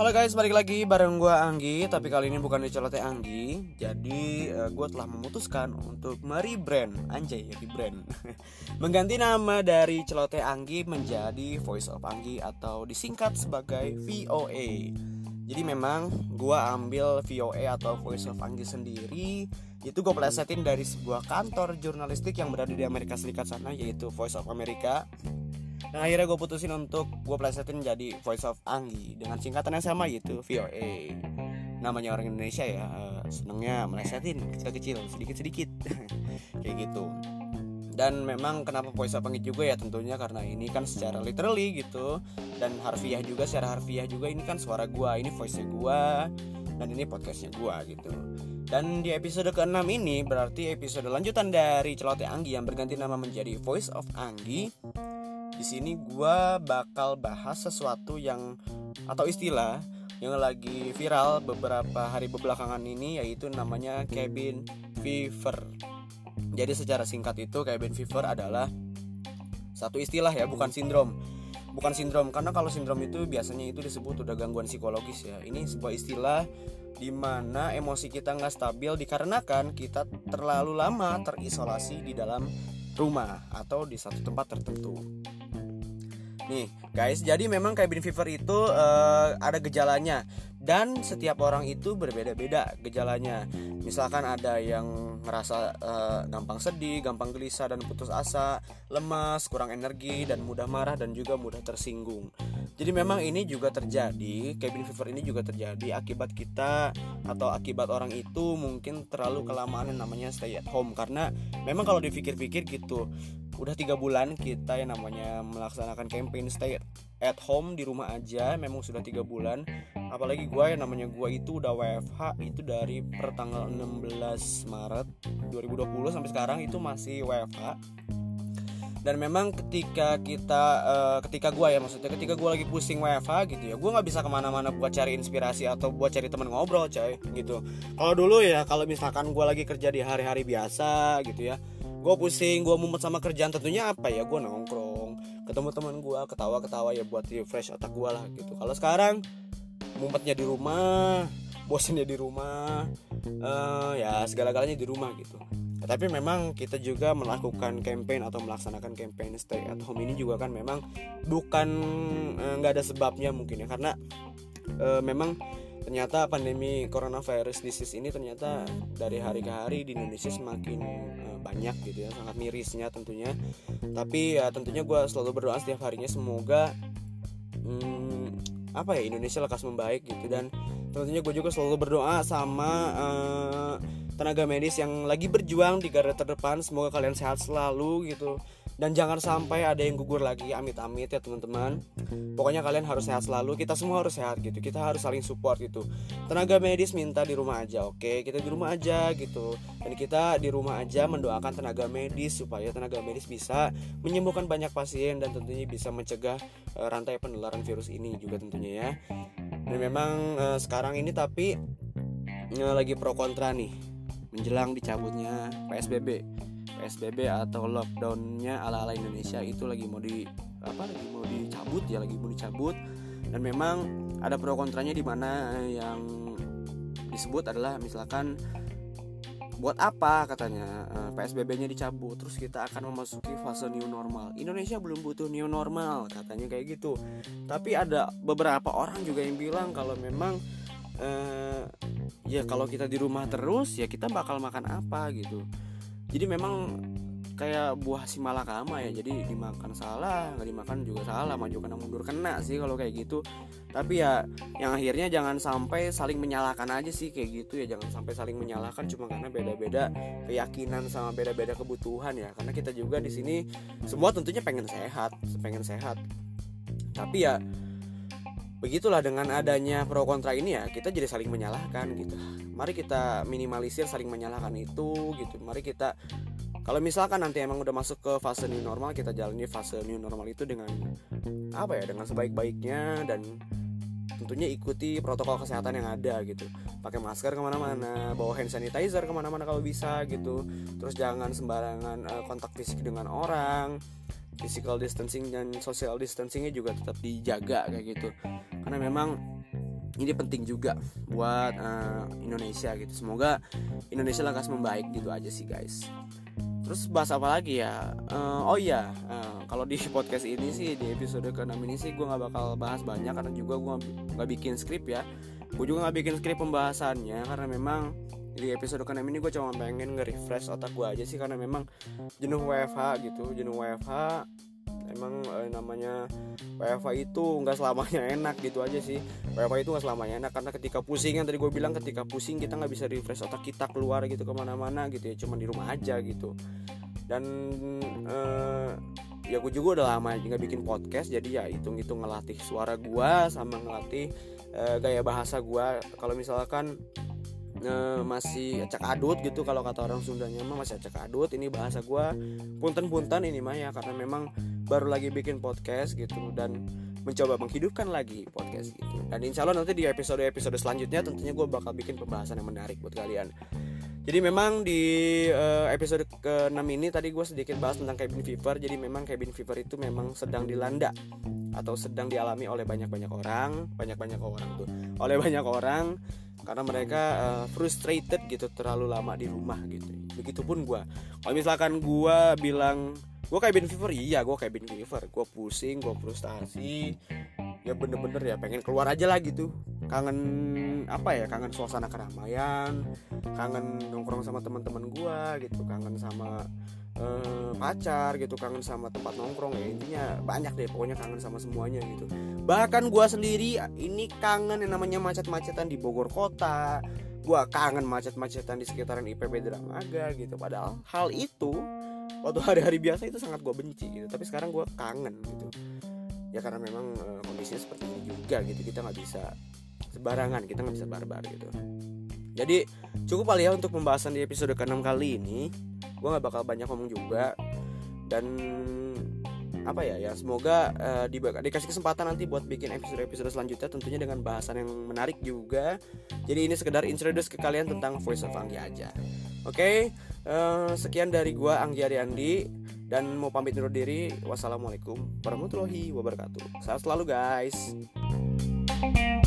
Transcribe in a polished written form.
Halo guys, balik lagi bareng gue Anggi. Tapi kali ini bukan di Celoteh Anggi. Jadi gue telah memutuskan untuk merebrand, anjay ya rebrand mengganti nama dari Celoteh Anggi menjadi Voice of Anggi atau disingkat sebagai VOA. Jadi memang gue ambil VOA atau Voice of Anggi sendiri, itu gue plesetin dari sebuah kantor jurnalistik yang berada di Amerika Serikat sana, yaitu Voice of America. Dan akhirnya gue putusin untuk gue plesetin jadi Voice of Anggi dengan singkatan yang sama, yaitu VOA. Namanya orang Indonesia ya, senengnya melesetin kecil-kecil, sedikit-sedikit kayak gitu. Dan memang kenapa Voice of Anggi juga ya, tentunya karena ini kan secara literally gitu, dan harfiah juga, secara harfiah juga ini kan suara gue, ini voice-nya gue, dan ini podcastnya gue gitu. Dan di episode ke-6 ini berarti episode lanjutan dari Celoteh Anggi yang berganti nama menjadi Voice of Anggi. Di sini gue bakal bahas sesuatu yang atau istilah yang lagi viral beberapa hari belakangan ini, yaitu namanya cabin fever. Jadi secara singkat itu cabin fever adalah satu istilah ya, bukan sindrom. Bukan sindrom, karena kalau sindrom itu biasanya itu disebut udah gangguan psikologis ya. Ini sebuah istilah di mana emosi kita nggak stabil dikarenakan kita terlalu lama terisolasi di dalam rumah atau di satu tempat tertentu. Nih guys, jadi memang cabin fever itu ada gejalanya, dan setiap orang itu berbeda-beda gejalanya. Misalkan ada yang ngerasa gampang sedih, gampang gelisah dan putus asa, lemas, kurang energi, dan mudah marah dan juga mudah tersinggung. Jadi memang ini juga terjadi, cabin fever ini juga terjadi akibat kita atau akibat orang itu mungkin terlalu kelamaan yang namanya stay at home. Karena memang kalau dipikir-pikir gitu, udah 3 bulan kita yang namanya melaksanakan campaign stay at home di rumah aja, memang sudah 3 bulan. Apalagi gue yang namanya gue itu udah WFH itu dari pertanggal 16 Maret 2020 sampai sekarang itu masih WFH. Dan memang ketika gue lagi pusing WFH gitu ya, gue nggak bisa kemana-mana buat cari inspirasi atau buat cari teman ngobrol coy gitu. Kalau dulu ya, kalau misalkan gue lagi kerja di hari-hari biasa gitu ya, gue pusing, gue mumet sama kerjaan, tentunya apa ya, gue nongkrong, ketemu teman gue, ketawa-ketawa ya buat refresh otak gue lah gitu. Kalau sekarang mumetnya di rumah, bosannya di rumah, ya segala-galanya di rumah gitu. Tapi memang kita juga melakukan campaign atau melaksanakan campaign stay at home ini juga kan memang bukan nggak ada sebabnya mungkin ya, karena memang ternyata pandemi coronavirus disease ini ternyata dari hari ke hari di Indonesia semakin banyak gitu ya, sangat mirisnya tentunya. Tapi ya tentunya gue selalu berdoa setiap harinya semoga Indonesia lekas membaik gitu. Dan tentunya gue juga selalu berdoa sama tenaga medis yang lagi berjuang di garda terdepan, semoga kalian sehat selalu gitu. Dan jangan sampai ada yang gugur lagi, amit-amit ya teman-teman. Pokoknya kalian harus sehat selalu, kita semua harus sehat gitu. Kita harus saling support gitu. Tenaga medis minta di rumah aja, oke? Kita di rumah aja gitu. Dan kita di rumah aja mendoakan tenaga medis supaya tenaga medis bisa menyembuhkan banyak pasien dan tentunya bisa mencegah rantai penularan virus ini juga tentunya ya. Dan memang sekarang ini tapi lagi pro kontra nih menjelang dicabutnya PSBB atau lockdownnya ala-ala Indonesia itu lagi mau dicabut. Dan memang ada pro kontranya, di mana yang disebut adalah misalkan buat apa katanya PSBB-nya dicabut, terus kita akan memasuki fase new normal. Indonesia belum butuh new normal katanya kayak gitu. Tapi ada beberapa orang juga yang bilang kalau memang ya kalau kita di rumah terus ya kita bakal makan apa gitu. Jadi memang kayak buah si malakama ya, jadi dimakan salah, nggak dimakan juga salah, maju kena mundur kena sih kalau kayak gitu. Tapi ya yang akhirnya jangan sampai saling menyalahkan aja sih kayak gitu ya, jangan sampai saling menyalahkan cuma karena beda-beda keyakinan sama beda-beda kebutuhan ya. Karena kita juga di sini semua tentunya pengen sehat. Tapi ya begitulah, dengan adanya pro kontra ini ya kita jadi saling menyalahkan gitu. Mari kita minimalisir saling menyalahkan itu gitu. Mari kita, kalau misalkan nanti emang udah masuk ke fase new normal, kita jalani fase new normal itu dengan dengan sebaik-baiknya, dan tentunya ikuti protokol kesehatan yang ada gitu. Pakai masker kemana-mana, bawa hand sanitizer kemana-mana kalau bisa gitu. Terus jangan sembarangan kontak fisik dengan orang. Physical distancing dan social distancingnya juga tetap dijaga kayak gitu. Karena memang ini penting juga buat Indonesia gitu. Semoga Indonesia lekas membaik gitu aja sih guys. Terus bahas apa lagi ya? Kalau di podcast ini sih, di episode ke-6 ini sih gue gak bakal bahas banyak, karena juga gue gak bikin skrip ya. Gue juga gak bikin skrip pembahasannya, karena memang di episode ke-6 ini gue cuma pengen nge-refresh otak gue aja sih. Karena memang jenuh WFH gitu. Jenuh WFH. Emang namanya WFH itu gak selamanya enak gitu aja sih. WFH itu gak selamanya enak, karena ketika pusing, yang tadi gue bilang, ketika pusing kita gak bisa refresh otak kita keluar gitu kemana-mana gitu ya. Cuma di rumah aja gitu. Dan ya gue juga udah lama gak bikin podcast, jadi ya hitung-hitung ngelatih suara gue sama ngelatih gaya bahasa gue. Kalau misalkan masih acak adut gitu, kalau kata orang Sundanya mah masih acak adut, ini bahasa gue punten-punten ini mah ya, karena memang baru lagi bikin podcast gitu dan mencoba menghidupkan lagi podcast gitu. Dan insya Allah nanti di episode-episode selanjutnya tentunya gue bakal bikin pembahasan yang menarik buat kalian. Jadi memang di episode ke-6 ini tadi gue sedikit bahas tentang cabin fever. Jadi memang cabin fever itu memang sedang dilanda atau sedang dialami oleh banyak-banyak orang karena mereka frustrated gitu, terlalu lama di rumah gitu. Begitupun gue. Kalau misalkan gue bilang gue cabin fever, iya gue cabin fever, gue pusing, gue frustasi, ya bener-bener ya pengen keluar aja lah gitu. Kangen kangen suasana keramaian, kangen nongkrong sama teman-teman gue gitu, kangen sama pacar gitu, kangen sama tempat nongkrong ya, intinya banyak deh pokoknya, kangen sama semuanya gitu. Bahkan gue sendiri ini kangen yang namanya macet-macetan di Bogor kota, gue kangen macet-macetan di sekitaran IPB Dramaga gitu. Padahal hal itu waktu hari-hari biasa itu sangat gue benci gitu, tapi sekarang gue kangen gitu ya, karena memang kondisinya seperti ini juga gitu. Kita nggak bisa sembarangan, kita nggak bisa barbar gitu. Jadi cukup kali ya untuk pembahasan di episode ke-6 kali ini. Gue gak bakal banyak ngomong juga. Dan semoga dikasih kesempatan nanti buat bikin episode-episode selanjutnya, tentunya dengan bahasan yang menarik juga. Jadi ini sekedar introduce ke kalian tentang Voice of Anggi aja. Oke, sekian dari gue, Anggi Ariandi, dan mau pamit undur diri. Wassalamualaikum warahmatullahi wabarakatuh. Sehat selalu guys.